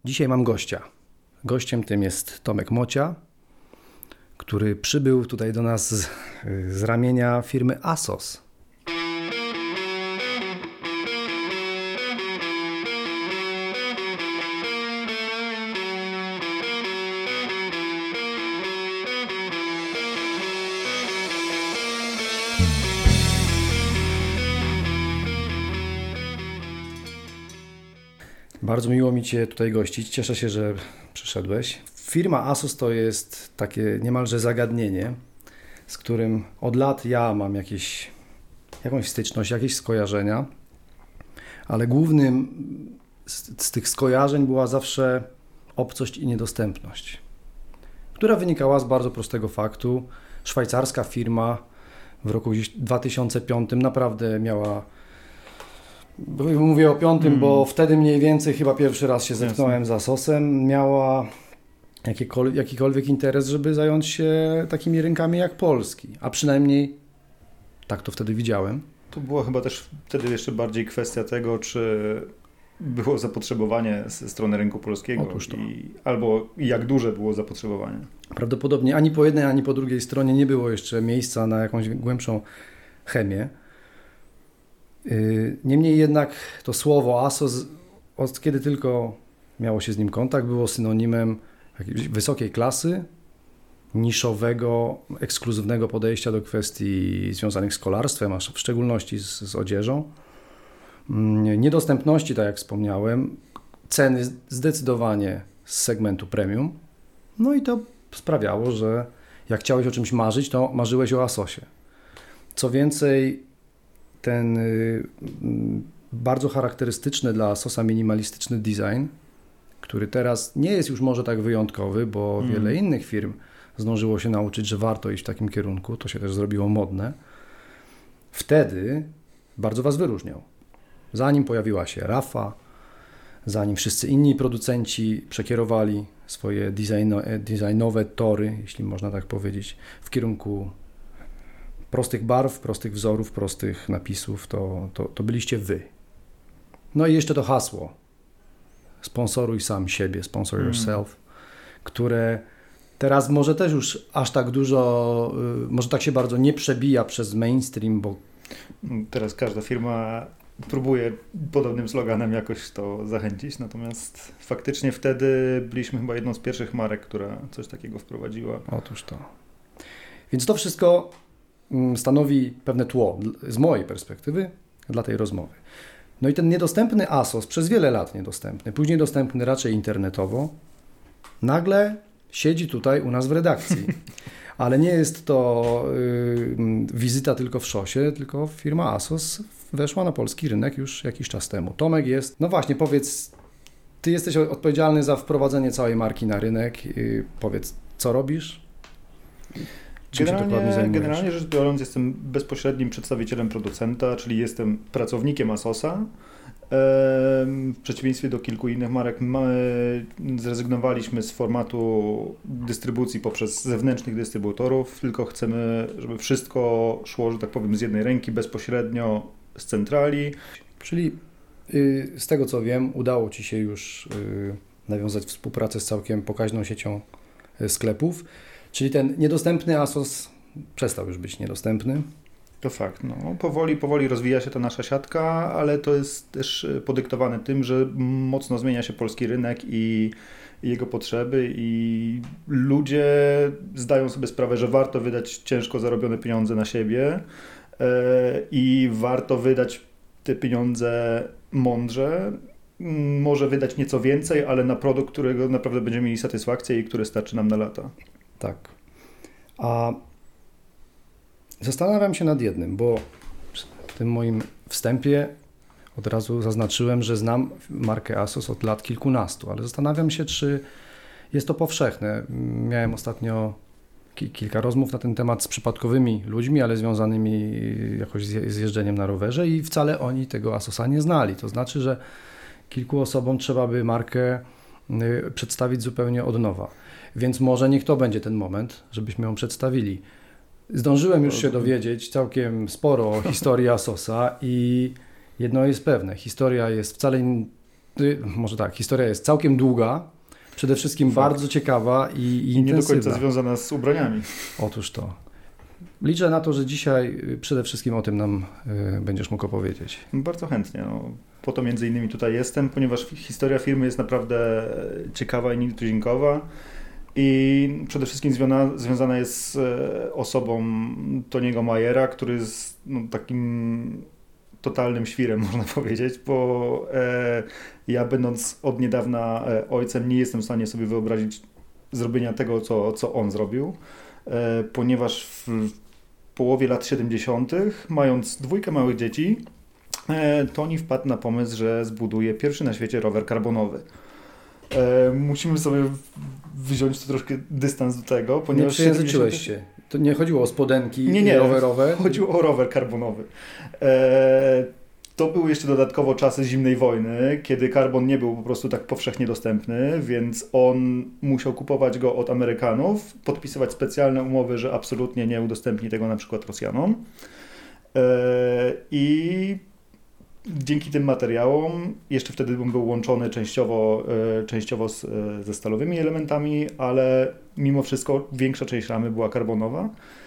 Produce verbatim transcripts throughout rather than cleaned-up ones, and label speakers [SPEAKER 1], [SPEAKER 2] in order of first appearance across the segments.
[SPEAKER 1] Dzisiaj mam gościa. Gościem tym jest Tomek Mocia, który przybył tutaj do nas z, z ramienia firmy ASOS. Bardzo miło mi Cię tutaj gościć. Cieszę się, że przyszedłeś. Firma ASOS to jest takie niemalże zagadnienie, z którym od lat ja mam jakieś, jakąś styczność, jakieś skojarzenia, ale głównym z, z tych skojarzeń była zawsze obcość i niedostępność, która wynikała z bardzo prostego faktu. Szwajcarska firma w roku dwa tysiące piątym naprawdę miała... Mówię o piątym, hmm. bo wtedy mniej więcej chyba pierwszy raz się zetknąłem z ASOS-em. Miała jakikolwiek, jakikolwiek interes, żeby zająć się takimi rynkami jak polski, a przynajmniej tak to wtedy widziałem.
[SPEAKER 2] To była chyba też wtedy jeszcze bardziej kwestia tego, czy było zapotrzebowanie ze strony rynku polskiego.
[SPEAKER 1] Otóż to.
[SPEAKER 2] I, albo jak duże było zapotrzebowanie.
[SPEAKER 1] Prawdopodobnie ani po jednej, ani po drugiej stronie nie było jeszcze miejsca na jakąś głębszą chemię. Niemniej jednak to słowo ASOS, od kiedy tylko miało się z nim kontakt, było synonimem wysokiej klasy, niszowego, ekskluzywnego podejścia do kwestii związanych z kolarstwem, a w szczególności z, z odzieżą, niedostępności, tak jak wspomniałem, ceny zdecydowanie z segmentu premium, no i to sprawiało, że jak chciałeś o czymś marzyć, to marzyłeś o ASOSie. Co więcej, ten y, bardzo charakterystyczny dla ASOSa minimalistyczny design, który teraz nie jest już może tak wyjątkowy, bo mm. wiele innych firm zdążyło się nauczyć, że warto iść w takim kierunku, to się też zrobiło modne, wtedy bardzo Was wyróżniał. Zanim pojawiła się Rafa, zanim wszyscy inni producenci przekierowali swoje designo, designowe tory, jeśli można tak powiedzieć, w kierunku prostych barw, prostych wzorów, prostych napisów, to, to, to byliście wy. No i jeszcze to hasło sponsoruj sam siebie, sponsor mm. yourself, które teraz może też już aż tak dużo, może tak się bardzo nie przebija przez mainstream, bo...
[SPEAKER 2] Teraz każda firma próbuje podobnym sloganem jakoś to zachęcić, natomiast faktycznie wtedy byliśmy chyba jedną z pierwszych marek, która coś takiego wprowadziła.
[SPEAKER 1] Otóż to. Więc to wszystko stanowi pewne tło z mojej perspektywy dla tej rozmowy. No i ten niedostępny ASOS, przez wiele lat niedostępny, później dostępny raczej internetowo, nagle siedzi tutaj u nas w redakcji. Ale nie jest to y, wizyta tylko w szosie, tylko firma ASOS weszła na polski rynek już jakiś czas temu. Tomek jest, no właśnie, powiedz, ty jesteś odpowiedzialny za wprowadzenie całej marki na rynek. Y, powiedz, co robisz?
[SPEAKER 2] Generalnie, generalnie rzecz biorąc, jestem bezpośrednim przedstawicielem producenta, czyli jestem pracownikiem ASOSa. W przeciwieństwie do kilku innych marek my zrezygnowaliśmy z formatu dystrybucji poprzez zewnętrznych dystrybutorów, tylko chcemy, żeby wszystko szło, że tak powiem, z jednej ręki, bezpośrednio z centrali.
[SPEAKER 1] Czyli yy, z tego co wiem, udało Ci się już yy, nawiązać współpracę z całkiem pokaźną siecią yy, sklepów. Czyli ten niedostępny ASOS przestał już być niedostępny.
[SPEAKER 2] To fakt. No, powoli, powoli rozwija się ta nasza siatka, ale to jest też podyktowane tym, że mocno zmienia się polski rynek i jego potrzeby i ludzie zdają sobie sprawę, że warto wydać ciężko zarobione pieniądze na siebie yy, i warto wydać te pieniądze mądrze. Może wydać nieco więcej, ale na produkt, którego naprawdę będziemy mieli satysfakcję i który starczy nam na lata.
[SPEAKER 1] Tak. A zastanawiam się nad jednym, bo w tym moim wstępie od razu zaznaczyłem, że znam markę ASOS od lat kilkunastu, ale zastanawiam się, czy jest to powszechne. Miałem ostatnio ki- kilka rozmów na ten temat z przypadkowymi ludźmi, ale związanymi jakoś z, z jeżdżeniem na rowerze i wcale oni tego ASOSa nie znali. To znaczy, że kilku osobom trzeba by markę y, przedstawić zupełnie od nowa. Więc może niech to będzie ten moment, żebyśmy ją przedstawili. Zdążyłem już się dowiedzieć całkiem sporo o historii ASOSa i jedno jest pewne, historia jest wcale może tak, historia jest całkiem długa, przede wszystkim Fakt. bardzo ciekawa i, i,
[SPEAKER 2] I nie do końca związana z ubraniami.
[SPEAKER 1] Otóż to. Liczę na to, że dzisiaj przede wszystkim o tym nam y, będziesz mógł opowiedzieć.
[SPEAKER 2] Bardzo chętnie. No. Po to między innymi tutaj jestem, ponieważ historia firmy jest naprawdę ciekawa i nietuzinkowa i przede wszystkim związana, związana jest z osobą Tony'ego Mayera, który jest no, takim totalnym świrem, można powiedzieć, bo e, ja będąc od niedawna e, ojcem nie jestem w stanie sobie wyobrazić zrobienia tego, co, co on zrobił, e, ponieważ w, w połowie lat siedemdziesiątych, mając dwójkę małych dzieci, e, Tony wpadł na pomysł, że zbuduje pierwszy na świecie rower karbonowy. E, musimy sobie wziąć to troszkę dystans do tego, ponieważ...
[SPEAKER 1] Nie przejęzyczyłeś się. To nie chodziło o spodenki
[SPEAKER 2] nie, nie,
[SPEAKER 1] rowerowe?
[SPEAKER 2] Chodziło o rower karbonowy. E, to były jeszcze dodatkowo czasy zimnej wojny, kiedy karbon nie był po prostu tak powszechnie dostępny, więc on musiał kupować go od Amerykanów, podpisywać specjalne umowy, że absolutnie nie udostępni tego na przykład Rosjanom. E, I dzięki tym materiałom, jeszcze wtedy był łączony częściowo, e, częściowo z, e, ze stalowymi elementami, ale mimo wszystko większa część ramy była karbonowa.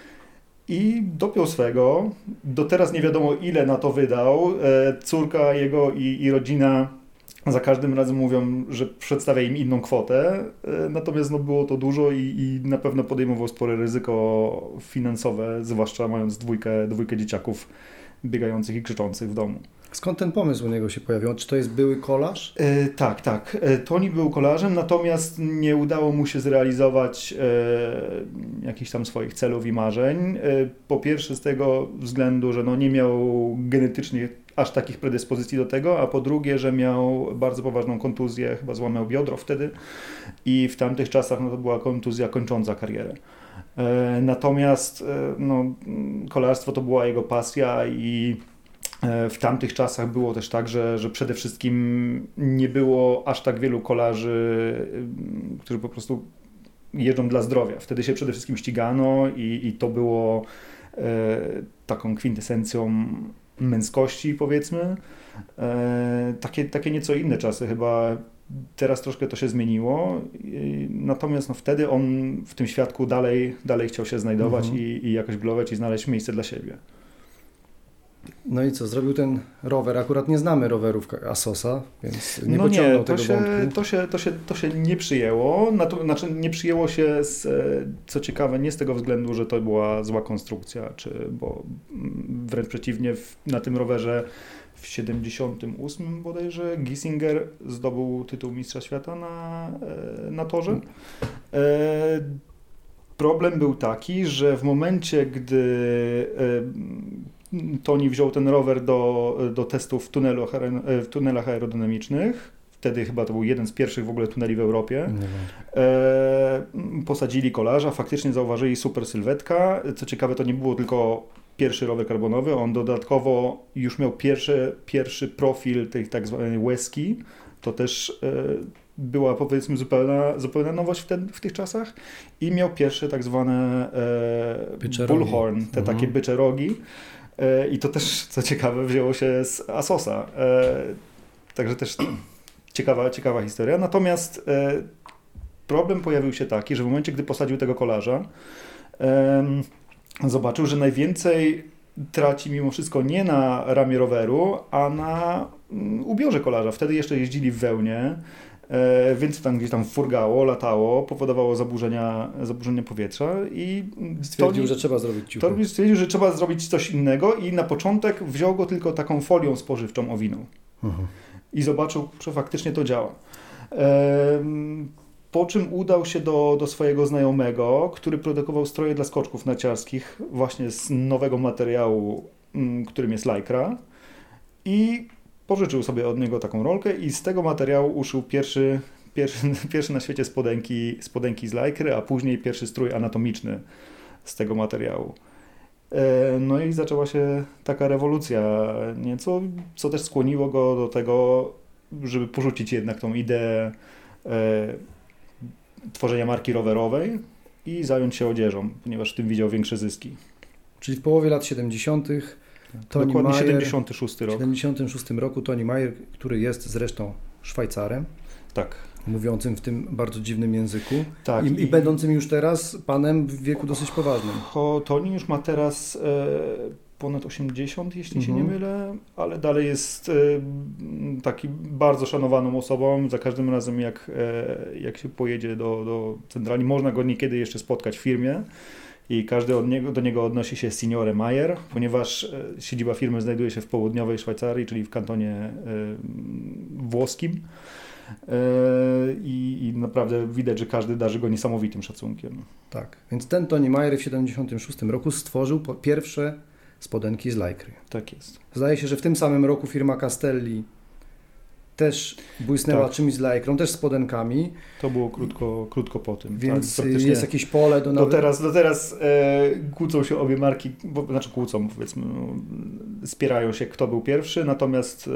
[SPEAKER 2] I dopiął swego. Do teraz nie wiadomo ile na to wydał. E, córka jego i, i rodzina za każdym razem mówią, że przedstawia im inną kwotę. E, natomiast no, było to dużo i, i na pewno podejmował spore ryzyko finansowe, zwłaszcza mając dwójkę, dwójkę dzieciaków biegających i krzyczących w domu.
[SPEAKER 1] Skąd ten pomysł u niego się pojawił? Czy to jest były kolarz?
[SPEAKER 2] E, tak, tak. E, Tony był kolarzem, natomiast nie udało mu się zrealizować e, jakichś tam swoich celów i marzeń. E, po pierwsze z tego względu, że no nie miał genetycznie aż takich predyspozycji do tego, a po drugie, że miał bardzo poważną kontuzję, chyba złamał biodro wtedy i w tamtych czasach no, to była kontuzja kończąca karierę. E, natomiast e, no, kolarstwo to była jego pasja i w tamtych czasach było też tak, że, że przede wszystkim nie było aż tak wielu kolarzy, którzy po prostu jeżdżą dla zdrowia. Wtedy się przede wszystkim ścigano i, i to było e, taką kwintesencją męskości, powiedzmy. E, takie, takie nieco inne czasy chyba. Teraz troszkę to się zmieniło, natomiast no wtedy on w tym świadku dalej, dalej chciał się znajdować mhm. i, i jakoś blować i znaleźć miejsce dla siebie.
[SPEAKER 1] No i co, zrobił ten rower. Akurat nie znamy rowerów Asosa, więc nie no pociągnął nie, to tego
[SPEAKER 2] się,
[SPEAKER 1] wątku.
[SPEAKER 2] To się, to, się, to się nie przyjęło. Znaczy nie przyjęło się, z, co ciekawe, nie z tego względu, że to była zła konstrukcja, czy, bo wręcz przeciwnie, w, na tym rowerze w siedemdziesiątym ósmym bodajże Giesinger zdobył tytuł mistrza świata na, na torze. E, problem był taki, że w momencie, gdy e, Tony wziął ten rower do, do testów w, tunelu, w tunelach aerodynamicznych. Wtedy chyba to był jeden z pierwszych w ogóle tuneli w Europie. E, posadzili kolarza, faktycznie zauważyli super sylwetka. Co ciekawe, to nie było tylko pierwszy rower karbonowy, on dodatkowo już miał pierwszy, pierwszy profil tej tak zwanej łezki. To też e, była powiedzmy zupełna, zupełna nowość w, ten, w tych czasach. I miał pierwsze tak zwane e, bullhorn, te mhm. takie bycze rogi. I to też, co ciekawe, wzięło się z Asosa. Także też ciekawa, ciekawa historia. Natomiast problem pojawił się taki, że w momencie, gdy posadził tego kolarza, zobaczył, że najwięcej traci mimo wszystko nie na ramię roweru, a na ubiorze kolarza. Wtedy jeszcze jeździli w wełnie, więc tam gdzieś tam furgało, latało, powodowało zaburzenia, zaburzenia powietrza i
[SPEAKER 1] stwierdził, Tony, że trzeba zrobić ciuchy.
[SPEAKER 2] Tony stwierdził, że trzeba zrobić coś innego i na początek wziął go tylko taką folią spożywczą owinął. Uh-huh. I zobaczył, że faktycznie to działa. Ehm, po czym udał się do, do swojego znajomego, który produkował stroje dla skoczków narciarskich właśnie z nowego materiału, którym jest Lycra, i pożyczył sobie od niego taką rolkę i z tego materiału uszył pierwszy, pierwszy, pierwszy na świecie spodenki, spodenki z Lycry, a później pierwszy strój anatomiczny z tego materiału. No i zaczęła się taka rewolucja, nieco, co też skłoniło go do tego, żeby porzucić jednak tą ideę e, tworzenia marki rowerowej i zająć się odzieżą, ponieważ w tym widział większe zyski.
[SPEAKER 1] Czyli w połowie lat siedemdziesiątych Tony
[SPEAKER 2] Dokładnie
[SPEAKER 1] Mayer,
[SPEAKER 2] siedemdziesiąty szósty rok.
[SPEAKER 1] W siedemdziesiątym szóstym roku Tony Mayer, który jest zresztą Szwajcarem.
[SPEAKER 2] Tak.
[SPEAKER 1] Mówiącym w tym bardzo dziwnym języku.
[SPEAKER 2] Tak.
[SPEAKER 1] I, i, i będącym już teraz panem w wieku dosyć poważnym.
[SPEAKER 2] O, Toni już ma teraz e, ponad osiemdziesiąt, jeśli mhm. się nie mylę, ale dalej jest e, taki bardzo szanowaną osobą. Za każdym razem jak, e, jak się pojedzie do, do centrali, można go niekiedy jeszcze spotkać w firmie. I każdy od niego, do niego odnosi się Signore Mayer, ponieważ e, siedziba firmy znajduje się w południowej Szwajcarii, czyli w kantonie e, włoskim. I, I naprawdę widać, że każdy darzy go niesamowitym szacunkiem.
[SPEAKER 1] Tak, więc ten Toni Mayer w tysiąc dziewięćset siedemdziesiątym szóstym roku stworzył pierwsze spodenki z Lycry.
[SPEAKER 2] Tak jest.
[SPEAKER 1] Zdaje się, że w tym samym roku firma Castelli też błysnęła tak. czymś z Lycrą, też z spodenkami.
[SPEAKER 2] To było krótko, krótko po tym.
[SPEAKER 1] Więc
[SPEAKER 2] tak,
[SPEAKER 1] jest jakieś pole do...
[SPEAKER 2] Do teraz, do teraz e, kłócą się obie marki, bo, znaczy kłócą, powiedzmy, no, spierają się, kto był pierwszy, natomiast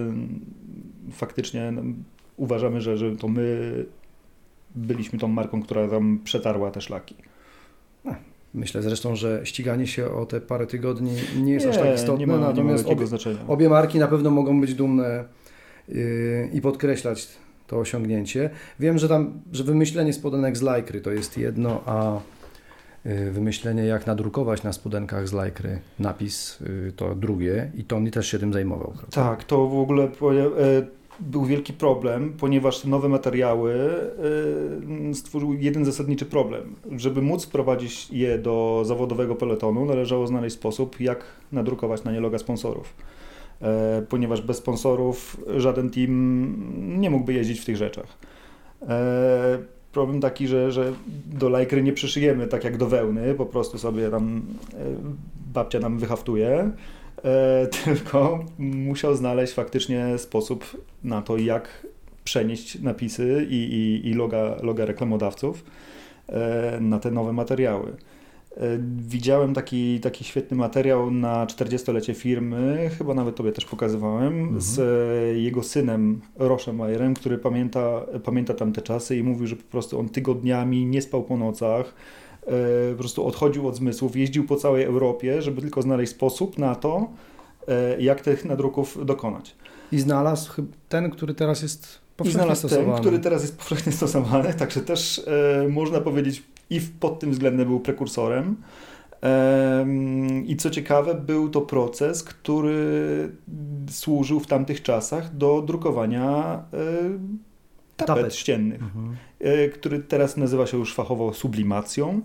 [SPEAKER 2] e, faktycznie no, uważamy, że, że to my byliśmy tą marką, która tam przetarła te szlaki.
[SPEAKER 1] Myślę zresztą, że ściganie się o te parę tygodni nie jest
[SPEAKER 2] nie,
[SPEAKER 1] aż tak istotne,
[SPEAKER 2] nie ma,
[SPEAKER 1] natomiast
[SPEAKER 2] nie ma
[SPEAKER 1] obie,
[SPEAKER 2] znaczenia.
[SPEAKER 1] obie marki na pewno mogą być dumne yy, i podkreślać to osiągnięcie. Wiem, że tam, że wymyślenie spodenek z Lycry to jest jedno, a yy, wymyślenie jak nadrukować na spodenkach z Lycry napis yy, to drugie i Toni też się tym zajmował. Prawda?
[SPEAKER 2] Tak, to w ogóle... Yy, był wielki problem, ponieważ te nowe materiały yy, stworzył jeden zasadniczy problem. Żeby móc wprowadzić je do zawodowego peletonu, należało znaleźć sposób, jak nadrukować na nie loga sponsorów. Yy, ponieważ bez sponsorów żaden team nie mógłby jeździć w tych rzeczach. Yy, problem taki, że, że do Lycry nie przyszyjemy tak jak do wełny, po prostu sobie tam yy, babcia nam wyhaftuje. E, tylko musiał znaleźć faktycznie sposób na to, jak przenieść napisy i, i, i loga, loga reklamodawców e, na te nowe materiały. E, widziałem taki, taki świetny materiał na czterdziestolecie firmy, chyba nawet tobie też pokazywałem, mhm. z jego synem Roszem Mayerem, który pamięta, pamięta tamte czasy i mówił, że po prostu on tygodniami nie spał po nocach, po prostu odchodził od zmysłów, jeździł po całej Europie, żeby tylko znaleźć sposób na to, jak tych nadruków dokonać.
[SPEAKER 1] I znalazł ten, który teraz jest powszechnie
[SPEAKER 2] I znalazł
[SPEAKER 1] stosowany.
[SPEAKER 2] ten, który teraz jest powszechnie stosowany, także też e, można powiedzieć i pod tym względem był prekursorem. E, I co ciekawe, był to proces, który służył w tamtych czasach do drukowania e, tapet, tapet ściennych, mhm. który teraz nazywa się już fachowo sublimacją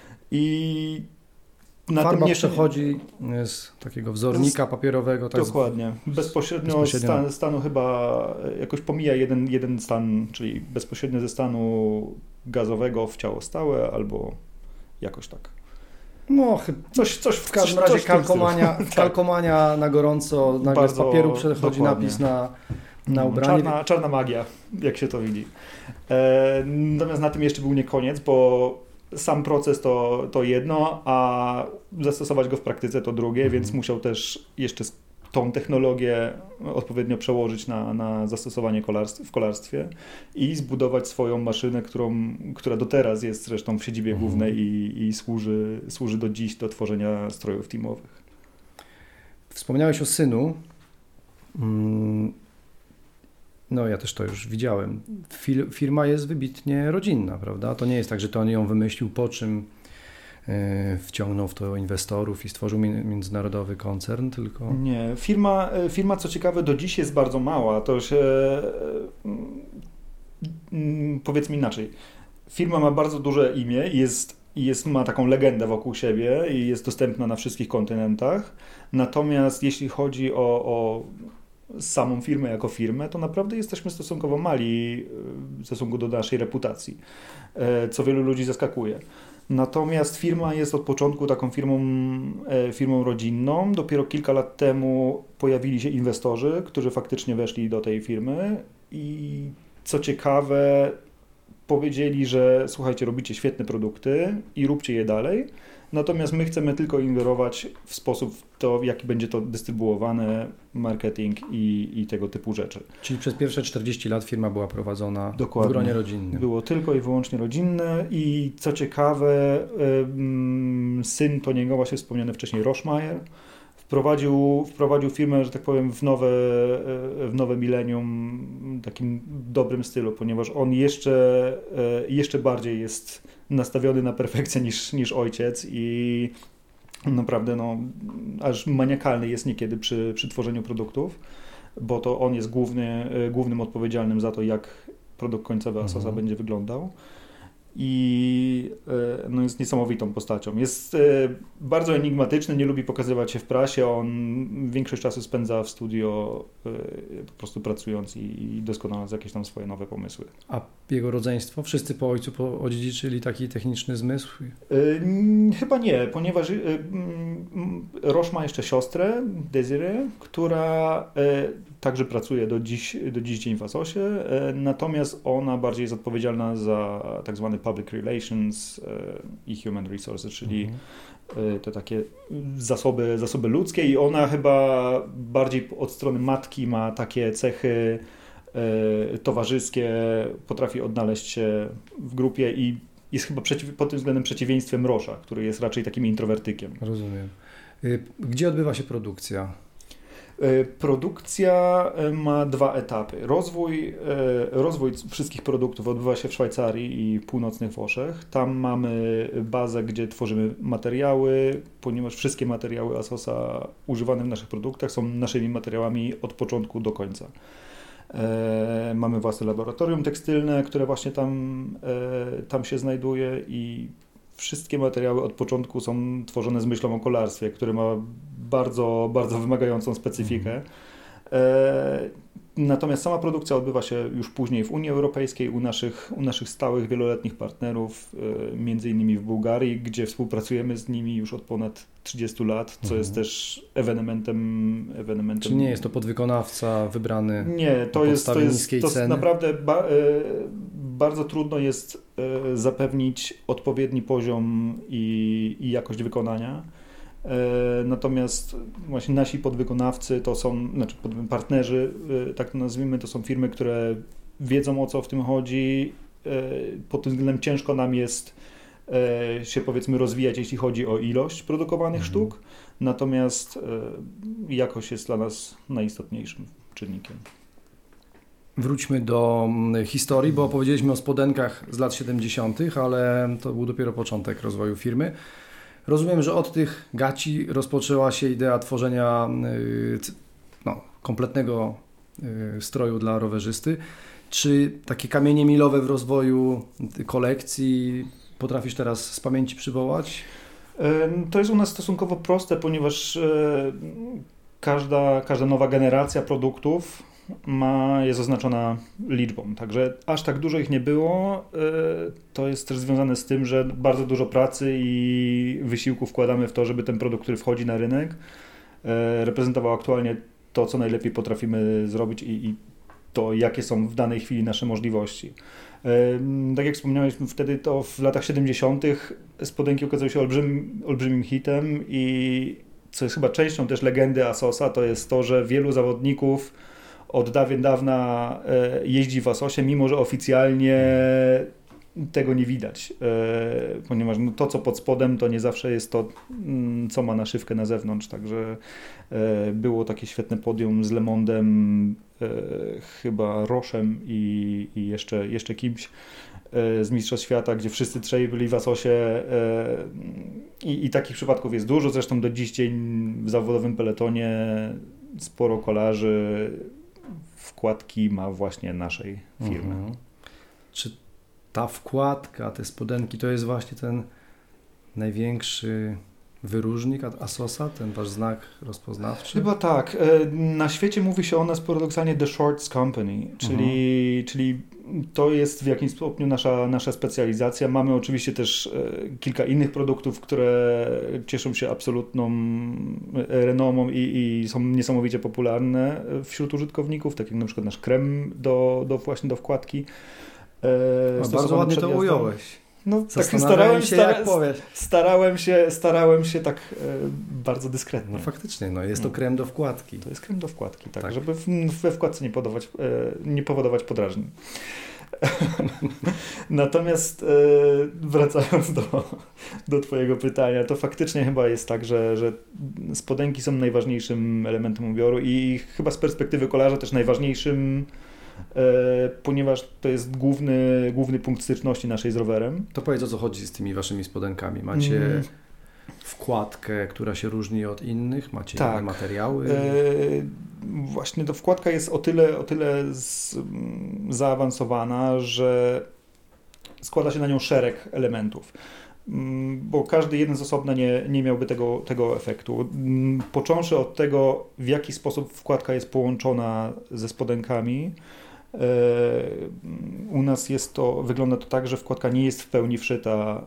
[SPEAKER 2] i na
[SPEAKER 1] Farba
[SPEAKER 2] tym nie
[SPEAKER 1] przechodzi z takiego wzornika papierowego. Tak
[SPEAKER 2] dokładnie.
[SPEAKER 1] Z,
[SPEAKER 2] bezpośrednio, bezpośrednio. Stan, stanu chyba jakoś pomija jeden, jeden stan, czyli bezpośrednio ze stanu gazowego w ciało stałe albo jakoś tak.
[SPEAKER 1] No, chyba coś, coś w każdym coś, razie coś kalkomania, kalkomania na gorąco, nagle Bardzo, z papieru przechodzi dokładnie. napis na Na ubranie.
[SPEAKER 2] Czarna, czarna magia, jak się to widzi. E, natomiast na tym jeszcze był nie koniec, bo sam proces to, to jedno, a zastosować go w praktyce to drugie, mhm. więc musiał też jeszcze tą technologię odpowiednio przełożyć na, na zastosowanie kolarstw, w kolarstwie i zbudować swoją maszynę, którą, która do teraz jest zresztą w siedzibie mhm. głównej i, i służy, służy do dziś do tworzenia strojów teamowych.
[SPEAKER 1] Wspomniałeś o synu. Hmm. No ja też to już widziałem. Fir- firma jest wybitnie rodzinna, prawda? To nie jest tak, że to on ją wymyślił, po czym yy, wciągnął w to inwestorów i stworzył mi- międzynarodowy koncern, tylko...
[SPEAKER 2] Nie, firma, firma co ciekawe do dziś jest bardzo mała. To się, yy, powiedzmy inaczej. Firma ma bardzo duże imię i jest, jest, ma taką legendę wokół siebie i jest dostępna na wszystkich kontynentach. Natomiast jeśli chodzi o, o samą firmę jako firmę, to naprawdę jesteśmy stosunkowo mali w stosunku do naszej reputacji, co wielu ludzi zaskakuje. Natomiast firma jest od początku taką firmą, firmą rodzinną. Dopiero kilka lat temu pojawili się inwestorzy, którzy faktycznie weszli do tej firmy i co ciekawe powiedzieli, że słuchajcie, robicie świetne produkty i róbcie je dalej. Natomiast my chcemy tylko ingerować w sposób, w to, jaki będzie to dystrybuowane, marketing i, i tego typu rzeczy.
[SPEAKER 1] Czyli przez pierwsze czterdzieści lat firma była prowadzona
[SPEAKER 2] Dokładnie.
[SPEAKER 1] w gronie rodzinnym.
[SPEAKER 2] Było tylko i wyłącznie rodzinne i co ciekawe, syn Toniego, właśnie wspomniany wcześniej Roszmajer, wprowadził, wprowadził firmę, że tak powiem, w nowe, w nowe milenium w takim dobrym stylu, ponieważ on jeszcze, jeszcze bardziej jest nastawiony na perfekcję niż, niż ojciec i naprawdę no, aż maniakalny jest niekiedy przy, przy tworzeniu produktów, bo to on jest główny, głównym odpowiedzialnym za to, jak produkt końcowy Asosa mhm. będzie wyglądał. I no, jest niesamowitą postacią. Jest bardzo enigmatyczny, nie lubi pokazywać się w prasie. On większość czasu spędza w studio po prostu pracując i doskonaląc jakieś tam swoje nowe pomysły.
[SPEAKER 1] A jego rodzeństwo? Wszyscy po ojcu odziedziczyli taki techniczny zmysł?
[SPEAKER 2] Chyba nie, ponieważ Roche ma jeszcze siostrę, Desiree, która także pracuje do dziś, do dziś dzień w Asosie, natomiast ona bardziej jest odpowiedzialna za tak zwany public relations i human resources, czyli mhm. te takie zasoby, zasoby ludzkie i ona chyba bardziej od strony matki ma takie cechy towarzyskie, potrafi odnaleźć się w grupie i jest chyba przeciw, pod tym względem przeciwieństwem Roche'a, który jest raczej takim introwertykiem.
[SPEAKER 1] Rozumiem. Gdzie odbywa się produkcja?
[SPEAKER 2] Produkcja ma dwa etapy. Rozwój, rozwój wszystkich produktów odbywa się w Szwajcarii i północnych Włoszech. Tam mamy bazę, gdzie tworzymy materiały, ponieważ wszystkie materiały Asosa używane w naszych produktach są naszymi materiałami od początku do końca. Mamy własne laboratorium tekstylne, które właśnie tam, tam się znajduje i wszystkie materiały od początku są tworzone z myślą o kolarstwie, które ma bardzo, bardzo wymagającą specyfikę. Mm. E, natomiast sama produkcja odbywa się już później w Unii Europejskiej, u naszych, u naszych stałych, wieloletnich partnerów, e, między innymi w Bułgarii, gdzie współpracujemy z nimi już od ponad trzydziestu lat, co mm. jest też ewenementem, ewenementem...
[SPEAKER 1] Czyli nie jest to podwykonawca wybrany
[SPEAKER 2] nie, to jest, to jest, to
[SPEAKER 1] ceny?
[SPEAKER 2] naprawdę ba, e, bardzo trudno jest e, zapewnić odpowiedni poziom i, i jakość wykonania. Natomiast właśnie nasi podwykonawcy to są, znaczy partnerzy, tak to nazwijmy, to są firmy, które wiedzą, o co w tym chodzi. Pod tym względem ciężko nam jest się, powiedzmy, rozwijać, jeśli chodzi o ilość produkowanych mhm. sztuk, natomiast jakość jest dla nas najistotniejszym czynnikiem.
[SPEAKER 1] Wróćmy do historii, bo opowiedzieliśmy o spodenkach z lat siedemdziesiątych, ale to był dopiero początek rozwoju firmy. Rozumiem, że od tych gaci rozpoczęła się idea tworzenia no, kompletnego stroju dla rowerzysty. Czy takie kamienie milowe w rozwoju kolekcji potrafisz teraz z pamięci przywołać?
[SPEAKER 2] To jest u nas stosunkowo proste, ponieważ każda, każda nowa generacja produktów ma, jest oznaczona liczbą, także aż tak dużo ich nie było. To jest też związane z tym, że bardzo dużo pracy i wysiłku wkładamy w to, żeby ten produkt, który wchodzi na rynek, reprezentował aktualnie to, co najlepiej potrafimy zrobić i, i to, jakie są w danej chwili nasze możliwości. Tak jak wspomniałeś, wtedy to w latach siedemdziesiątych spodenki okazały się olbrzymim, olbrzymim hitem i co jest chyba częścią też legendy Asosa, to jest to, że wielu zawodników od dawien dawna jeździ w Asosie, mimo że oficjalnie tego nie widać, ponieważ no to, co pod spodem, to nie zawsze jest to, co ma naszywkę na zewnątrz, także było takie świetne podium z Le Mondem, chyba Rochem i, i jeszcze, jeszcze kimś z Mistrzostw Świata, gdzie wszyscy trzej byli w Asosie i, i takich przypadków jest dużo, zresztą do dziś dzień w zawodowym peletonie sporo kolarzy wkładki ma właśnie naszej firmy. Mhm.
[SPEAKER 1] Czy ta wkładka, te spodenki, to jest właśnie ten największy wyróżnik Asosa, ten wasz znak rozpoznawczy?
[SPEAKER 2] Chyba tak. Na świecie mówi się o nas paradoksalnie The Shorts Company, czyli, mhm. czyli to jest w jakimś stopniu nasza, nasza specjalizacja. Mamy oczywiście też kilka innych produktów, które cieszą się absolutną renomą i, i są niesamowicie popularne wśród użytkowników, tak jak na przykład nasz krem do, do właśnie do wkładki.
[SPEAKER 1] No, bardzo ładnie to ująłeś.
[SPEAKER 2] No, tak starałem się,
[SPEAKER 1] jak powiesz.
[SPEAKER 2] starałem się, starałem się tak e, bardzo dyskretnie.
[SPEAKER 1] No faktycznie, no jest to krem do wkładki.
[SPEAKER 2] To jest krem do wkładki, tak, tak. żeby w, we wkładce nie, podawać, e, nie powodować podrażnień. Natomiast e, wracając do, do twojego pytania, to faktycznie chyba jest tak, że, że spodenki są najważniejszym elementem ubioru i chyba z perspektywy kolarza też najważniejszym, e, ponieważ to jest główny, główny punkt styczności naszej z rowerem.
[SPEAKER 1] To powiedz, o co chodzi z tymi waszymi spodenkami. Macie mm. wkładkę, która się różni od innych? Macie
[SPEAKER 2] tak.
[SPEAKER 1] inne materiały?
[SPEAKER 2] E, właśnie ta wkładka jest o tyle, o tyle z, zaawansowana, że składa się na nią szereg elementów, bo każdy jeden z osobna nie, nie miałby tego, tego efektu. Począwszy od tego, w jaki sposób wkładka jest połączona ze spodenkami, u nas jest to, wygląda to tak, że wkładka nie jest w pełni wszyta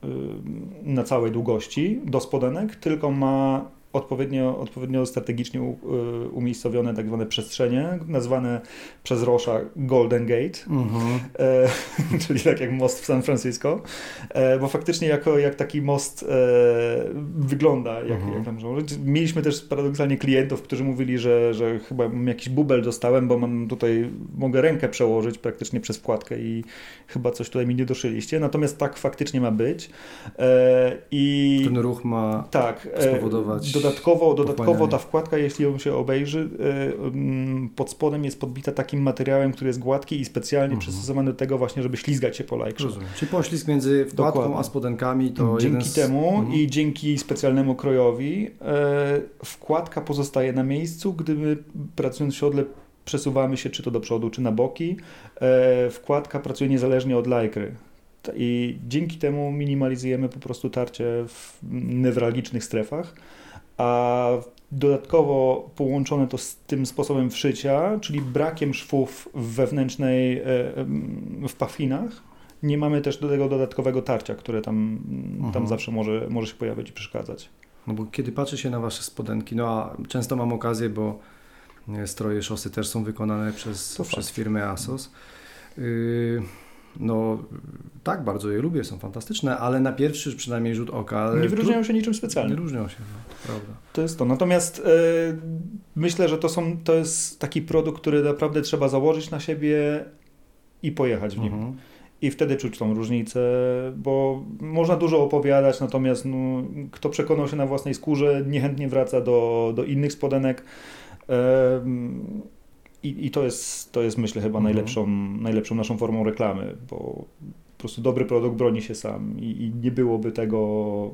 [SPEAKER 2] na całej długości do spodenek, tylko ma odpowiednio, odpowiednio strategicznie umiejscowione tak zwane przestrzenie, nazwane przez Rosza Golden Gate, mm-hmm. e, czyli tak jak most w San Francisco, e, bo faktycznie jako, jak taki most e, wygląda. Jak, mm-hmm. jak tam, mieliśmy też paradoksalnie klientów, którzy mówili, że, że chyba jakiś bubel dostałem, bo mam tutaj, mogę rękę przełożyć praktycznie przez wkładkę i chyba coś tutaj mi nie doszyliście. Natomiast tak faktycznie ma być. E, i
[SPEAKER 1] Ten ruch ma
[SPEAKER 2] tak,
[SPEAKER 1] spowodować
[SPEAKER 2] Dodatkowo, dodatkowo ta wkładka, jeśli ją się obejrzy, pod spodem jest podbita takim materiałem, który jest gładki i specjalnie mhm. przystosowany do tego właśnie, żeby ślizgać się po lajkrze.
[SPEAKER 1] Rozumiem. Czyli poślizg między wkładką Dokładnie. a spodenkami to
[SPEAKER 2] Dzięki
[SPEAKER 1] z...
[SPEAKER 2] temu
[SPEAKER 1] mhm.
[SPEAKER 2] i dzięki specjalnemu krojowi wkładka pozostaje na miejscu, gdy my pracując w siodle przesuwamy się czy to do przodu, czy na boki. Wkładka pracuje niezależnie od lajkry. I dzięki temu minimalizujemy po prostu tarcie w newralgicznych strefach. A dodatkowo połączone to z tym sposobem wszycia, czyli brakiem szwów w wewnętrznej, w pachwinach, nie mamy też do tego dodatkowego tarcia, które tam, tam mhm. zawsze może, może się pojawiać i przeszkadzać.
[SPEAKER 1] No bo kiedy patrzy się na wasze spodenki, no a często mam okazję, bo stroje szosy też są wykonane przez, przez firmę ASOS. Yy... No tak, bardzo je lubię, są fantastyczne, ale na pierwszy przynajmniej rzut oka...
[SPEAKER 2] Nie wyróżniają się niczym specjalnym.
[SPEAKER 1] Nie różnią się, no, to prawda.
[SPEAKER 2] To jest to. Natomiast yy, myślę, że to, są, to jest taki produkt, który naprawdę trzeba założyć na siebie i pojechać w nim. Mhm. I wtedy czuć tą różnicę, bo można dużo opowiadać, natomiast no, kto przekonał się na własnej skórze, niechętnie wraca do, do innych spodenek. Yy, I, i to, jest, to jest, myślę, chyba mhm. najlepszą, najlepszą naszą formą reklamy, bo po prostu dobry produkt broni się sam i, i nie byłoby tego,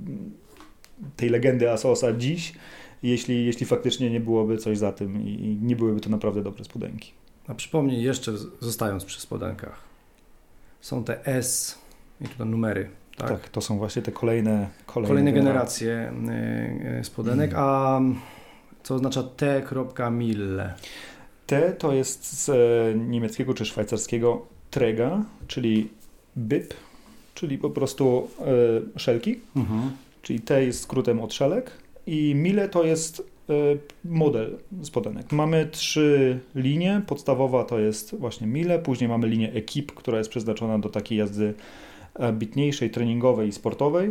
[SPEAKER 2] tej legendy ASOSa dziś, jeśli, jeśli faktycznie nie byłoby coś za tym i nie byłyby to naprawdę dobre spodenki.
[SPEAKER 1] A przypomnij jeszcze, zostając przy spodenkach, są te S i tu numery. Tak?
[SPEAKER 2] tak, to są właśnie te kolejne
[SPEAKER 1] Kolejne, kolejne generacje spodenek, mm. a co oznacza T.Mille?
[SPEAKER 2] T to jest z niemieckiego czy szwajcarskiego Träger, czyli B I P, czyli po prostu y, szelki, mhm. czyli T jest skrótem od szelek i Mille to jest y, model spodenek. Mamy trzy linie, podstawowa to jest właśnie Mille, później mamy linię Equipe, która jest przeznaczona do takiej jazdy ambitniejszej, treningowej i sportowej y,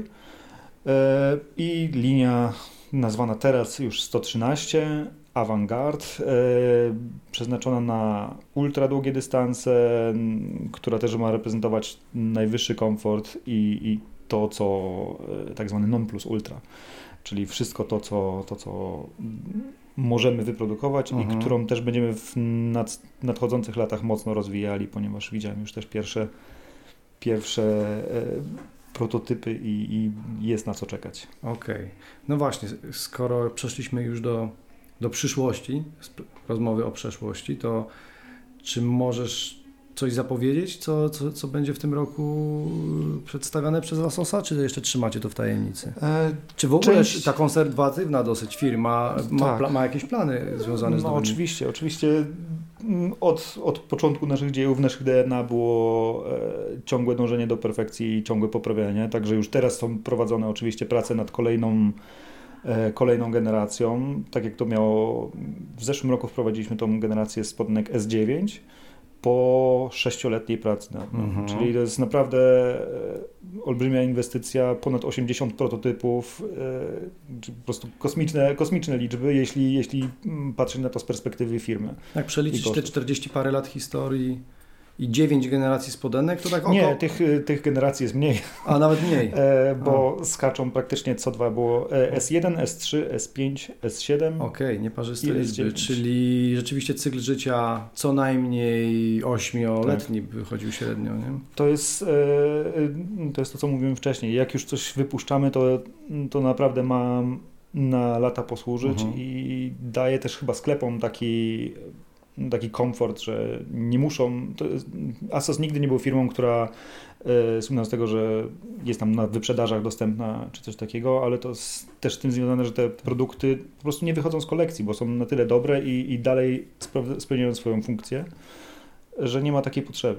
[SPEAKER 2] i linia nazwana teraz już sto trzynaście, Avantgarde, e, przeznaczona na ultra długie dystanse, m, która też ma reprezentować najwyższy komfort i, i to, co e, tak zwany non plus ultra, czyli wszystko to, co, to, co możemy wyprodukować mhm. i którą też będziemy w nad, nadchodzących latach mocno rozwijali, ponieważ widziałem już też pierwsze, pierwsze e, prototypy i, i jest na co czekać.
[SPEAKER 1] Okej. Okay. No właśnie, skoro przeszliśmy już do do przyszłości, rozmowy o przeszłości, to czy możesz coś zapowiedzieć, co, co, co będzie w tym roku przedstawiane przez ASOSa, czy jeszcze trzymacie to w tajemnicy? E, czy w ogóle część... ta konserwatywna dosyć firma ma, tak. ma jakieś plany związane z
[SPEAKER 2] No
[SPEAKER 1] nowymi?
[SPEAKER 2] oczywiście, oczywiście od, od początku naszych dziejów, naszych D N A było e, ciągłe dążenie do perfekcji i ciągłe poprawianie, także już teraz są prowadzone oczywiście prace nad kolejną kolejną generacją. Tak jak to miało, w zeszłym roku wprowadziliśmy tą generację spodenek S dziewięć po sześcioletniej pracy nad nią. Mhm. Czyli to jest naprawdę olbrzymia inwestycja, ponad osiemdziesiąt prototypów, po prostu kosmiczne, kosmiczne liczby, jeśli, jeśli patrzeć na to z perspektywy firmy.
[SPEAKER 1] Jak przeliczyć te czterdzieści parę lat historii i dziewięć generacji spodenek, to tak około...
[SPEAKER 2] Nie, tych, tych generacji jest mniej.
[SPEAKER 1] A, nawet mniej.
[SPEAKER 2] E, bo A. skaczą praktycznie co dwa, było S jeden, S trzy, S pięć, S siedem.
[SPEAKER 1] Okej, okay, nieparzyste liczby, czyli rzeczywiście cykl życia co najmniej ośmioletni tak. wychodził średnio, nie?
[SPEAKER 2] To jest, e, to jest to, co mówiłem wcześniej. Jak już coś wypuszczamy, to, to naprawdę ma na lata posłużyć uh-huh. i daje też chyba sklepom taki... taki komfort, że nie muszą... To jest, Asos nigdy nie był firmą, która e, słynna z tego, że jest tam na wyprzedażach dostępna, czy coś takiego, ale to jest też z tym związane, że te produkty po prostu nie wychodzą z kolekcji, bo są na tyle dobre i, i dalej spra- spełniają swoją funkcję, że nie ma takiej potrzeby.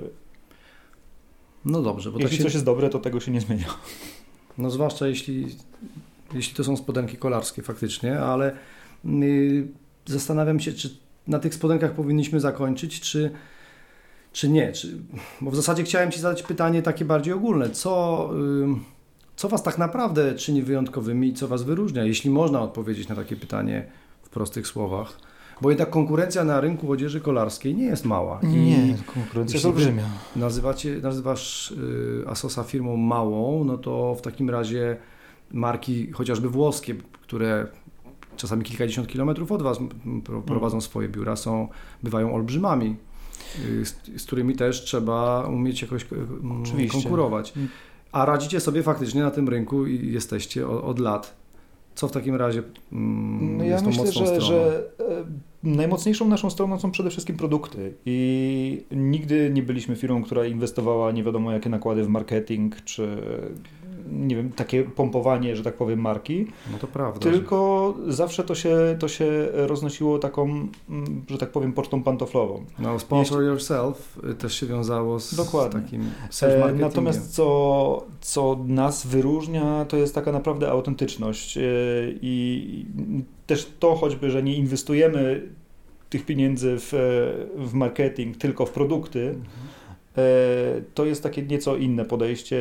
[SPEAKER 1] No dobrze. Bo
[SPEAKER 2] jeśli
[SPEAKER 1] tak się...
[SPEAKER 2] coś jest dobre, to tego się nie zmienia.
[SPEAKER 1] No zwłaszcza jeśli, jeśli to są spodenki kolarskie faktycznie, ale yy, zastanawiam się, czy na tych spodenkach powinniśmy zakończyć, czy, czy nie? Czy, bo w zasadzie chciałem Ci zadać pytanie takie bardziej ogólne. Co, co Was tak naprawdę czyni wyjątkowymi i co Was wyróżnia? Jeśli można odpowiedzieć na takie pytanie w prostych słowach. Bo jednak konkurencja na rynku odzieży kolarskiej nie jest mała. I
[SPEAKER 2] nie, konkurencja jest olbrzymia.
[SPEAKER 1] Nazywacie, nazywasz Asosa firmą małą, no to w takim razie marki chociażby włoskie, które czasami kilkadziesiąt kilometrów od Was prowadzą swoje biura, są, bywają olbrzymami, z, z którymi też trzeba umieć jakoś Oczywiście. konkurować. A radzicie sobie faktycznie na tym rynku i jesteście od, od lat. Co w takim razie mm,
[SPEAKER 2] no
[SPEAKER 1] jest
[SPEAKER 2] ja
[SPEAKER 1] tą
[SPEAKER 2] myślę,
[SPEAKER 1] mocną
[SPEAKER 2] że,
[SPEAKER 1] stroną?
[SPEAKER 2] że najmocniejszą naszą stroną są przede wszystkim produkty i nigdy nie byliśmy firmą, która inwestowała nie wiadomo jakie nakłady w marketing, czy nie wiem, takie pompowanie, że tak powiem, marki.
[SPEAKER 1] No to prawda.
[SPEAKER 2] Tylko że... zawsze to się, to się roznosiło taką, że tak powiem, pocztą pantoflową.
[SPEAKER 1] No, sponsor Jeśli... yourself też się wiązało z
[SPEAKER 2] Dokładnie.
[SPEAKER 1] takim self-marketingiem.
[SPEAKER 2] Natomiast co, co nas wyróżnia, to jest taka naprawdę autentyczność i też to choćby, że nie inwestujemy tych pieniędzy w, w marketing, tylko w produkty, mhm. to jest takie nieco inne podejście,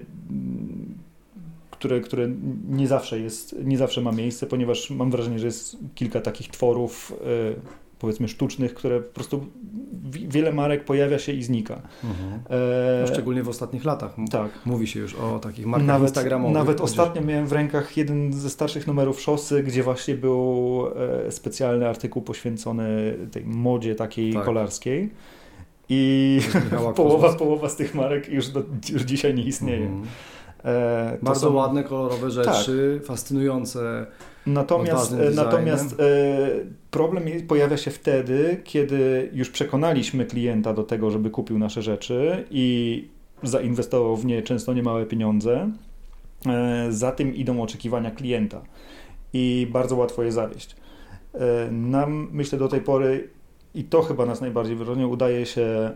[SPEAKER 2] które, które nie zawsze jest, nie zawsze ma miejsce, ponieważ mam wrażenie, że jest kilka takich tworów, powiedzmy sztucznych, które po prostu wiele marek pojawia się i znika.
[SPEAKER 1] Mhm. No, szczególnie w ostatnich latach.
[SPEAKER 2] Tak.
[SPEAKER 1] Mówi się już o takich markach
[SPEAKER 2] nawet,
[SPEAKER 1] instagramowych.
[SPEAKER 2] Nawet ostatnio miałem w rękach jeden ze starszych numerów Szosy, gdzie właśnie był specjalny artykuł poświęcony tej modzie takiej tak. kolarskiej. I połowa, połowa z tych marek już, do, już dzisiaj nie istnieje. Mhm.
[SPEAKER 1] E, Bardzo są... ładne, kolorowe rzeczy, tak. fascynujące.
[SPEAKER 2] Natomiast, natomiast e, problem pojawia się wtedy, kiedy już przekonaliśmy klienta do tego, żeby kupił nasze rzeczy i zainwestował w nie często niemałe pieniądze. E, za tym idą oczekiwania klienta i bardzo łatwo je zawieść. E, nam, myślę, do tej pory i to chyba nas najbardziej wyróżnia, udaje się e,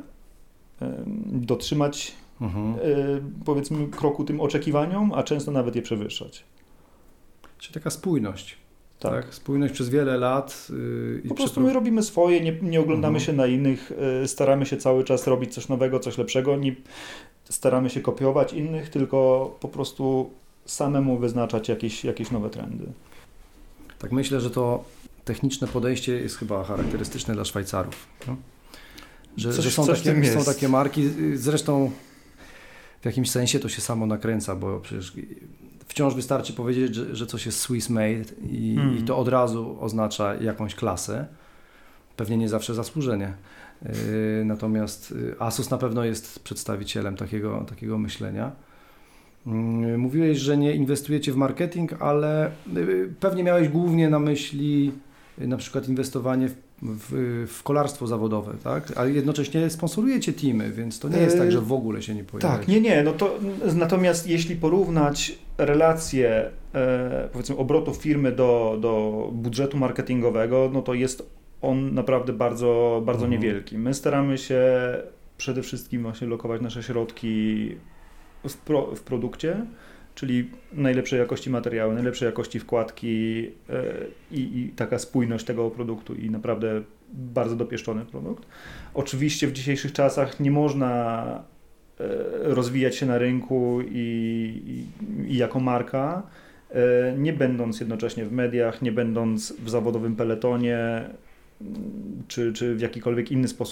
[SPEAKER 2] dotrzymać mhm. e, powiedzmy kroku tym oczekiwaniom, a często nawet je przewyższać.
[SPEAKER 1] Czyli taka spójność.
[SPEAKER 2] Tak.
[SPEAKER 1] tak? Spójność przez wiele lat. Yy,
[SPEAKER 2] po prostu my robimy swoje, nie, nie oglądamy mhm. się na innych, yy, staramy się cały czas robić coś nowego, coś lepszego, nie staramy się kopiować innych, tylko po prostu samemu wyznaczać jakieś, jakieś nowe trendy.
[SPEAKER 1] Tak myślę, że to techniczne podejście jest chyba charakterystyczne dla Szwajcarów. No? Że, coś, że są, takie, są takie marki, zresztą w jakimś sensie to się samo nakręca, bo przecież wciąż wystarczy powiedzieć, że, że coś jest Swiss made i, mm. i to od razu oznacza jakąś klasę. Pewnie nie zawsze zasłużenie. Yy, natomiast Asus na pewno jest przedstawicielem takiego, takiego myślenia. Yy, mówiłeś, że nie inwestujecie w marketing, ale yy, pewnie miałeś głównie na myśli yy, na przykład inwestowanie w, w, w kolarstwo zawodowe, tak? Ale jednocześnie sponsorujecie teamy, więc to nie jest tak, że w ogóle się nie pojawia.
[SPEAKER 2] Tak, nie, nie. No to, natomiast jeśli porównać relacje e, powiedzmy obrotów firmy do, do budżetu marketingowego, no to jest on naprawdę bardzo, bardzo mhm. niewielki. My staramy się przede wszystkim właśnie lokować nasze środki w, pro, w produkcie, czyli najlepszej jakości materiały, najlepszej jakości wkładki yy, i taka spójność tego produktu i naprawdę bardzo dopieszczony produkt. Oczywiście w dzisiejszych czasach nie można yy, rozwijać się na rynku i, i, i jako marka, yy, nie będąc jednocześnie w mediach, nie będąc w zawodowym peletonie, czy, czy w jakikolwiek inny sposób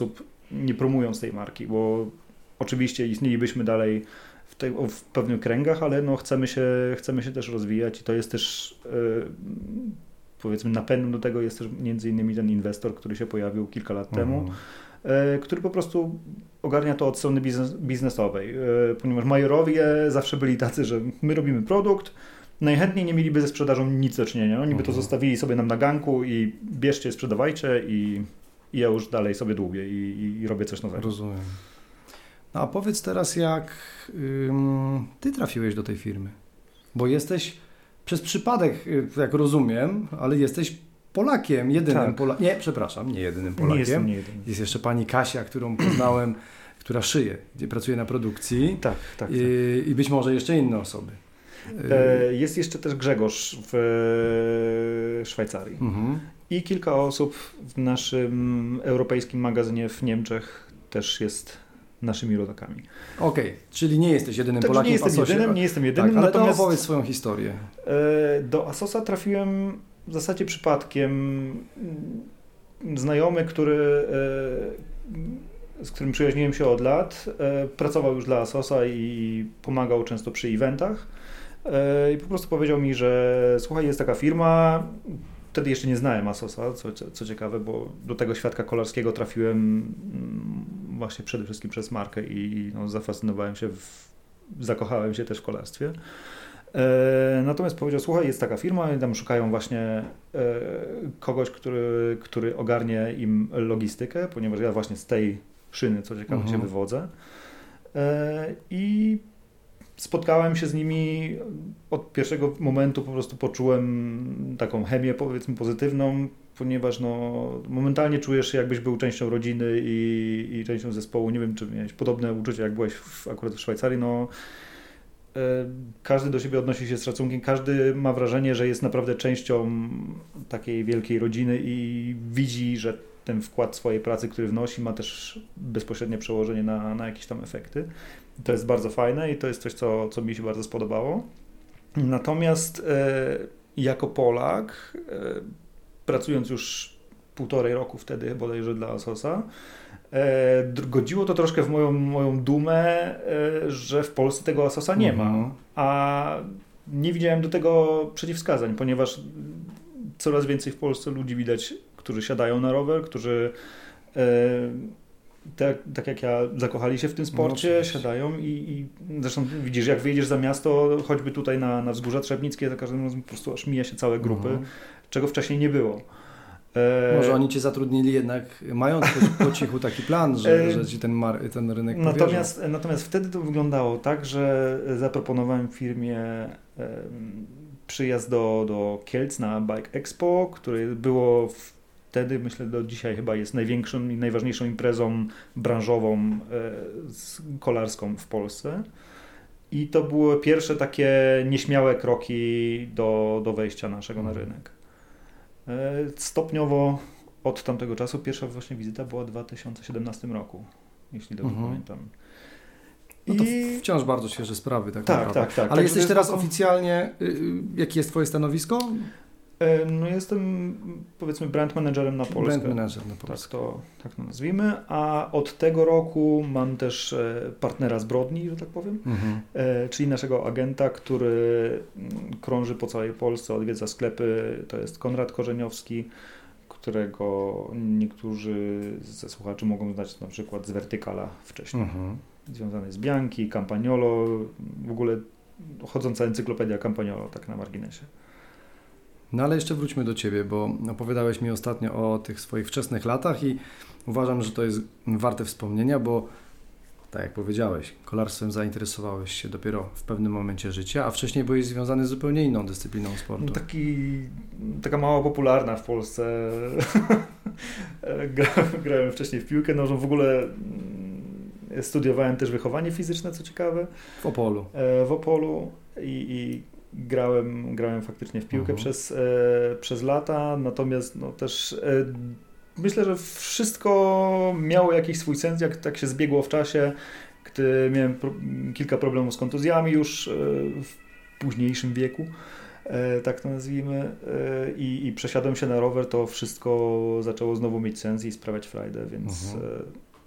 [SPEAKER 2] nie promując tej marki, bo oczywiście istnielibyśmy dalej w, tej, w pewnych kręgach, ale no chcemy się, chcemy się też rozwijać i to jest też yy, powiedzmy napędem do tego jest też między innymi ten inwestor, który się pojawił kilka lat mhm. temu, yy, który po prostu ogarnia to od strony biznes, biznesowej, yy, ponieważ majorowie zawsze byli tacy, że my robimy produkt, najchętniej nie mieliby ze sprzedażą nic do czynienia, oni by to mhm. zostawili sobie nam na ganku i bierzcie, sprzedawajcie i, i ja już dalej sobie dłubię i, i robię coś nowego.
[SPEAKER 1] Rozumiem. No a powiedz teraz, jak ym, ty trafiłeś do tej firmy, bo jesteś przez przypadek, jak rozumiem, ale jesteś Polakiem, jedynym tak. Polakiem, nie, przepraszam, nie jedynym Polakiem. Nie
[SPEAKER 2] jestem nie jedynym.
[SPEAKER 1] Jest jeszcze pani Kasia, którą poznałem, która szyje, gdzie pracuje na produkcji
[SPEAKER 2] tak, tak,
[SPEAKER 1] i, tak. i być może jeszcze inne osoby.
[SPEAKER 2] Jest jeszcze też Grzegorz w Szwajcarii mhm. i kilka osób w naszym europejskim magazynie w Niemczech też jest naszymi rodakami.
[SPEAKER 1] Okej, okay, czyli nie jesteś jedynym
[SPEAKER 2] tak,
[SPEAKER 1] Polakiem
[SPEAKER 2] nie jestem
[SPEAKER 1] w Asosie.
[SPEAKER 2] Jedynym, nie jestem jedynym,
[SPEAKER 1] tak, ale
[SPEAKER 2] natomiast
[SPEAKER 1] to opowiedz swoją historię.
[SPEAKER 2] Do Asosa trafiłem w zasadzie przypadkiem. Znajomy, który, z którym przyjaźniłem się od lat, pracował już dla Asosa i pomagał często przy eventach. I po prostu powiedział mi, że słuchaj, jest taka firma, wtedy jeszcze nie znałem Asosa, co, co ciekawe, bo do tego świadka kolarskiego trafiłem właśnie przede wszystkim przez markę i no, zafascynowałem się, w, zakochałem się też w kolarstwie. E, natomiast powiedział, słuchaj, jest taka firma i tam szukają właśnie e, kogoś, który, który ogarnie im logistykę, ponieważ ja właśnie z tej szyny, co ciekawe, mhm. się wywodzę. E, I spotkałem się z nimi od pierwszego momentu, po prostu poczułem taką chemię, powiedzmy, pozytywną, ponieważ no, momentalnie czujesz się, jakbyś był częścią rodziny i, i częścią zespołu. Nie wiem, czy miałeś podobne uczucie, jak byłeś w, akurat w Szwajcarii. No, e, każdy do siebie odnosi się z szacunkiem, każdy ma wrażenie, że jest naprawdę częścią takiej wielkiej rodziny i widzi, że ten wkład swojej pracy, który wnosi, ma też bezpośrednie przełożenie na, na jakieś tam efekty. To jest bardzo fajne i to jest coś, co, co mi się bardzo spodobało. Natomiast e, jako Polak, e, pracując już półtorej roku wtedy bodajże dla Asosa, e, godziło to troszkę w moją, moją dumę, e, że w Polsce tego Asosa nie ma. Mhm. A nie widziałem do tego przeciwwskazań, ponieważ coraz więcej w Polsce ludzi widać, którzy siadają na rower, którzy e, tak, tak jak ja, zakochali się w tym sporcie, no, siadają i, i zresztą widzisz, jak wyjedziesz za miasto, choćby tutaj na, na Wzgórza Trzebnickie, za każdym razem po prostu aż mija się całe grupy, mhm. czego wcześniej nie było. E...
[SPEAKER 1] Może oni cię zatrudnili jednak, mając po, po cichu taki plan, że, e... że ci ten, mar, ten rynek
[SPEAKER 2] natomiast,
[SPEAKER 1] powierza.
[SPEAKER 2] Natomiast wtedy to wyglądało tak, że zaproponowałem firmie e, przyjazd do, do Kielc na Bike Expo, które było w Wtedy, myślę, do dzisiaj chyba jest największą i najważniejszą imprezą branżową, e, kolarską w Polsce. I to były pierwsze takie nieśmiałe kroki do, do wejścia naszego na rynek. E, stopniowo od tamtego czasu pierwsza właśnie wizyta była w dwa tysiące siedemnastym roku, jeśli dobrze mhm. pamiętam.
[SPEAKER 1] No to I... wciąż bardzo świeże sprawy, tak,
[SPEAKER 2] tak
[SPEAKER 1] naprawdę.
[SPEAKER 2] Tak, tak.
[SPEAKER 1] Ale
[SPEAKER 2] tak,
[SPEAKER 1] jesteś teraz taką... oficjalnie, y, jakie jest twoje stanowisko?
[SPEAKER 2] No jestem, powiedzmy, brand managerem na Polskę.
[SPEAKER 1] Brand manager na Polskę.
[SPEAKER 2] Tak to, tak to nazwijmy. A od tego roku mam też partnera zbrodni, że tak powiem, mhm. czyli naszego agenta, który krąży po całej Polsce, odwiedza sklepy. To jest Konrad Korzeniowski, którego niektórzy ze słuchaczy mogą znać na przykład z Verticala wcześniej. Mhm. Związany z Bianchi, Campagnolo, w ogóle chodząca encyklopedia Campagnolo, tak na marginesie.
[SPEAKER 1] No ale jeszcze wróćmy do Ciebie, bo opowiadałeś mi ostatnio o tych swoich wczesnych latach i uważam, że to jest warte wspomnienia, bo tak jak powiedziałeś, kolarstwem zainteresowałeś się dopiero w pewnym momencie życia, a wcześniej byłeś związany z zupełnie inną dyscypliną sportu.
[SPEAKER 2] No taki, taka mało popularna w Polsce. Grałem wcześniej w piłkę nożną, w ogóle studiowałem też wychowanie fizyczne, co ciekawe.
[SPEAKER 1] W Opolu.
[SPEAKER 2] W Opolu i, i Grałem, grałem faktycznie w piłkę uh-huh. przez, e, przez lata, natomiast no, też e, myślę, że wszystko miało jakiś swój sens, jak tak się zbiegło w czasie, gdy miałem pro, kilka problemów z kontuzjami już e, w późniejszym wieku, e, tak to nazwijmy, e, i, i przesiadłem się na rower, to wszystko zaczęło znowu mieć sens i sprawiać frajdę, więc uh-huh. e,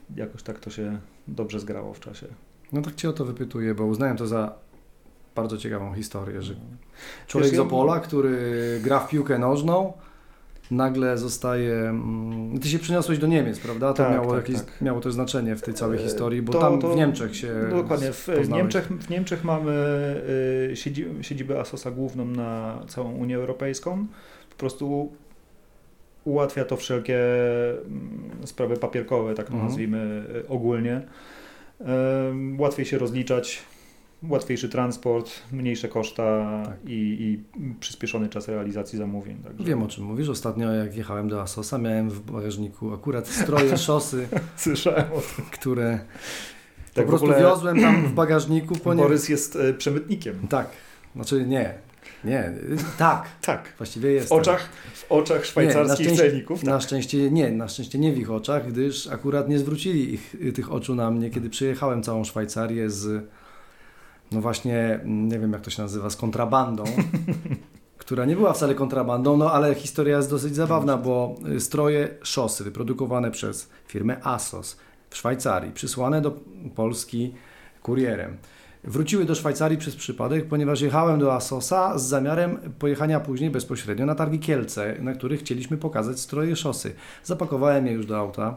[SPEAKER 2] jakoś tak to się dobrze zgrało w czasie.
[SPEAKER 1] No tak Cię o to wypytuję, bo uznałem to za bardzo ciekawą historię, że człowiek z Opola, który gra w piłkę nożną, nagle zostaje... Ty się przeniosłeś do Niemiec, prawda? To
[SPEAKER 2] tak,
[SPEAKER 1] miało,
[SPEAKER 2] tak,
[SPEAKER 1] jakieś,
[SPEAKER 2] tak.
[SPEAKER 1] miało też znaczenie w tej całej historii, bo
[SPEAKER 2] to,
[SPEAKER 1] tam
[SPEAKER 2] to,
[SPEAKER 1] w Niemczech się
[SPEAKER 2] Dokładnie, w
[SPEAKER 1] poznałeś.
[SPEAKER 2] Niemczech, w Niemczech mamy y, siedzibę, siedzibę Asosa główną na całą Unię Europejską. Po prostu ułatwia to wszelkie sprawy papierkowe, tak to mhm. nazwijmy y, ogólnie. Y, łatwiej się rozliczać, łatwiejszy transport, mniejsze koszta tak. i, i przyspieszony czas realizacji zamówień. Także...
[SPEAKER 1] Wiem, o czym mówisz. Ostatnio jak jechałem do Asosa, miałem w bagażniku akurat stroje szosy,
[SPEAKER 2] Słyszałem o tym.
[SPEAKER 1] które
[SPEAKER 2] tak
[SPEAKER 1] po prostu wiozłem tam w bagażniku.
[SPEAKER 2] Ponieważ... Borys jest e, przemytnikiem.
[SPEAKER 1] Tak, znaczy nie, nie, tak,
[SPEAKER 2] tak.
[SPEAKER 1] Właściwie jest.
[SPEAKER 2] W oczach, w oczach szwajcarskich
[SPEAKER 1] nie,
[SPEAKER 2] celników.
[SPEAKER 1] Tak.
[SPEAKER 2] Na
[SPEAKER 1] szczęście nie, na szczęście nie w ich oczach, gdyż akurat nie zwrócili ich, tych oczu na mnie, kiedy przyjechałem całą Szwajcarię z no właśnie, nie wiem jak to się nazywa, z kontrabandą, która nie była wcale kontrabandą, no ale historia jest dosyć zabawna, bo stroje szosy wyprodukowane przez firmę Asos w Szwajcarii, przysłane do Polski kurierem, wróciły do Szwajcarii przez przypadek, ponieważ jechałem do Asosa z zamiarem pojechania później bezpośrednio na targi Kielce, na których chcieliśmy pokazać stroje szosy. Zapakowałem je już do auta.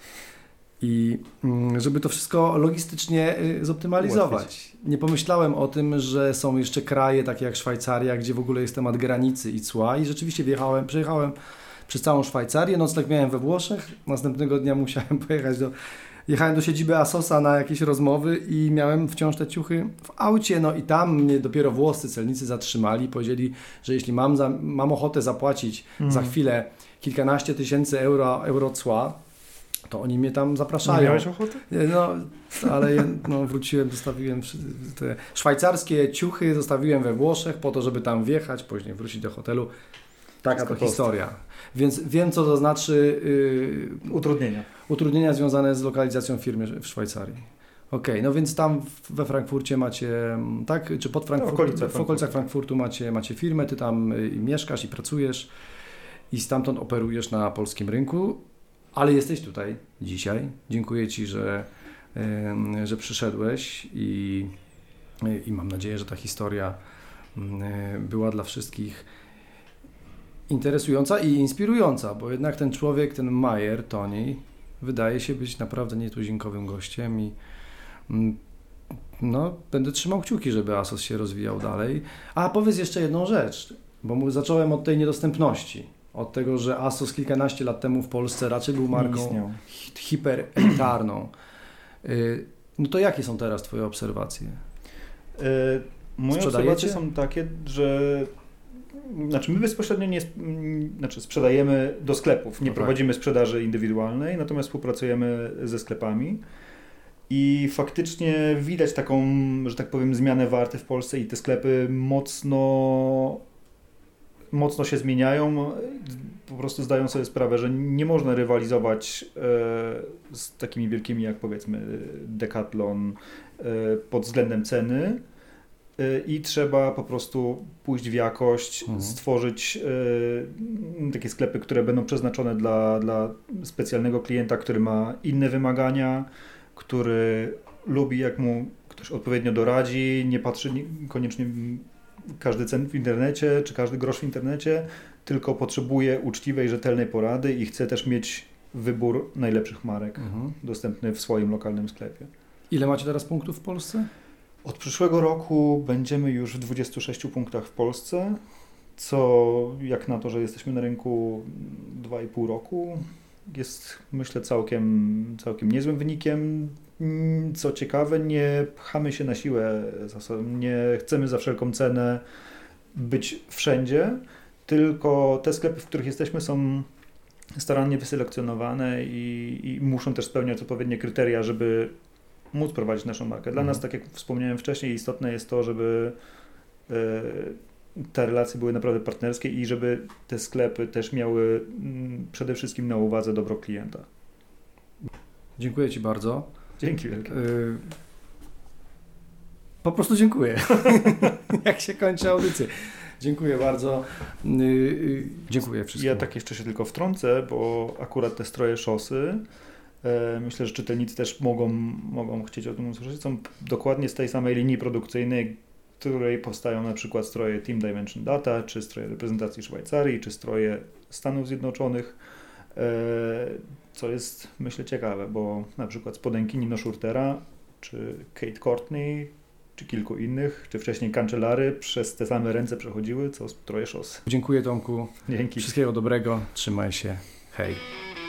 [SPEAKER 1] I żeby to wszystko logistycznie zoptymalizować. Ułatwić. Nie pomyślałem o tym, że są jeszcze kraje takie jak Szwajcaria, gdzie w ogóle jest temat granicy i cła i rzeczywiście wjechałem, przejechałem przez całą Szwajcarię, nocleg miałem we Włoszech, następnego dnia musiałem pojechać do... Jechałem do siedziby Asosa na jakieś rozmowy i miałem wciąż te ciuchy w aucie, no i tam mnie dopiero włoscy celnicy zatrzymali, powiedzieli, że jeśli mam, za, mam ochotę zapłacić mm. za chwilę kilkanaście tysięcy euro, euro cła, to oni mnie tam zapraszają.
[SPEAKER 2] Nie miałeś ochoty?
[SPEAKER 1] No, ale no, wróciłem, zostawiłem te szwajcarskie ciuchy, zostawiłem we Włoszech po to, żeby tam wjechać, później wrócić do hotelu. Taka Wszystko to historia. Więc wiem, co to znaczy yy,
[SPEAKER 2] utrudnienia.
[SPEAKER 1] Utrudnienia związane z lokalizacją firmy w Szwajcarii. Okej, okay, no więc tam we Frankfurcie macie, tak? Czy pod Frankfurtem? No, w okolicach Frankfurtu macie, macie firmę, ty tam i mieszkasz i pracujesz i stamtąd operujesz na polskim rynku. Ale jesteś tutaj dzisiaj. Dziękuję Ci, że, yy, że przyszedłeś i, yy, i mam nadzieję, że ta historia yy, była dla wszystkich interesująca i inspirująca, bo jednak ten człowiek, ten Majer, Toni, wydaje się być naprawdę nietuzinkowym gościem i yy, no, będę trzymał kciuki, żeby Asos się rozwijał dalej. A powiedz jeszcze jedną rzecz, bo zacząłem od tej niedostępności. Od tego, że Asos kilkanaście lat temu w Polsce raczej był marką hiperelitarną. No to jakie są teraz Twoje obserwacje?
[SPEAKER 2] Yy, moje obserwacje są takie, że znaczy my bezpośrednio nie znaczy sprzedajemy do sklepów, nie no prowadzimy tak. sprzedaży indywidualnej, natomiast współpracujemy ze sklepami i faktycznie widać taką, że tak powiem, zmianę warty w Polsce i te sklepy mocno mocno się zmieniają, po prostu zdają sobie sprawę, że nie można rywalizować e, z takimi wielkimi jak powiedzmy Decathlon e, pod względem ceny e, i trzeba po prostu pójść w jakość, mhm. stworzyć e, takie sklepy, które będą przeznaczone dla, dla specjalnego klienta, który ma inne wymagania, który lubi jak mu ktoś odpowiednio doradzi, nie patrzy koniecznie każdy cent w internecie, czy każdy grosz w internecie, tylko potrzebuje uczciwej, rzetelnej porady i chce też mieć wybór najlepszych marek mhm. dostępny w swoim lokalnym sklepie.
[SPEAKER 1] Ile macie teraz punktów w Polsce?
[SPEAKER 2] Od przyszłego roku będziemy już w dwudziestu sześciu punktach w Polsce, co jak na to, że jesteśmy na rynku dwa i pół roku, jest myślę całkiem, całkiem niezłym wynikiem. Co ciekawe, nie pchamy się na siłę, nie chcemy za wszelką cenę być wszędzie, tylko te sklepy, w których jesteśmy, są starannie wyselekcjonowane i, i muszą też spełniać odpowiednie kryteria, żeby móc prowadzić naszą markę. Dla mhm. nas, tak jak wspomniałem wcześniej, istotne jest to, żeby y, te relacje były naprawdę partnerskie i żeby te sklepy też miały y, przede wszystkim na uwadze dobro klienta.
[SPEAKER 1] Dziękuję Ci bardzo.
[SPEAKER 2] Dzięki wielkie. Y...
[SPEAKER 1] Po prostu dziękuję. Jak się kończy audycja. Dziękuję bardzo. Yy, dziękuję wszystkim.
[SPEAKER 2] Ja tak jeszcze się tylko wtrącę, bo akurat te stroje szosy Myślę, że czytelnicy też mogą, mogą chcieć o tym usłyszeć. Są dokładnie z tej samej linii produkcyjnej, w której powstają na przykład stroje Team Dimension Data, czy stroje reprezentacji Szwajcarii, czy stroje Stanów Zjednoczonych, co jest, myślę, ciekawe, bo na przykład spodenki Nino Schurtera, czy Kate Courtney, czy kilku innych, czy wcześniej Cancelary przez te same ręce przechodziły, co stroje Szos.
[SPEAKER 1] Dziękuję, Tomku.
[SPEAKER 2] Dzięki.
[SPEAKER 1] Wszystkiego dobrego. Trzymaj się. Hej.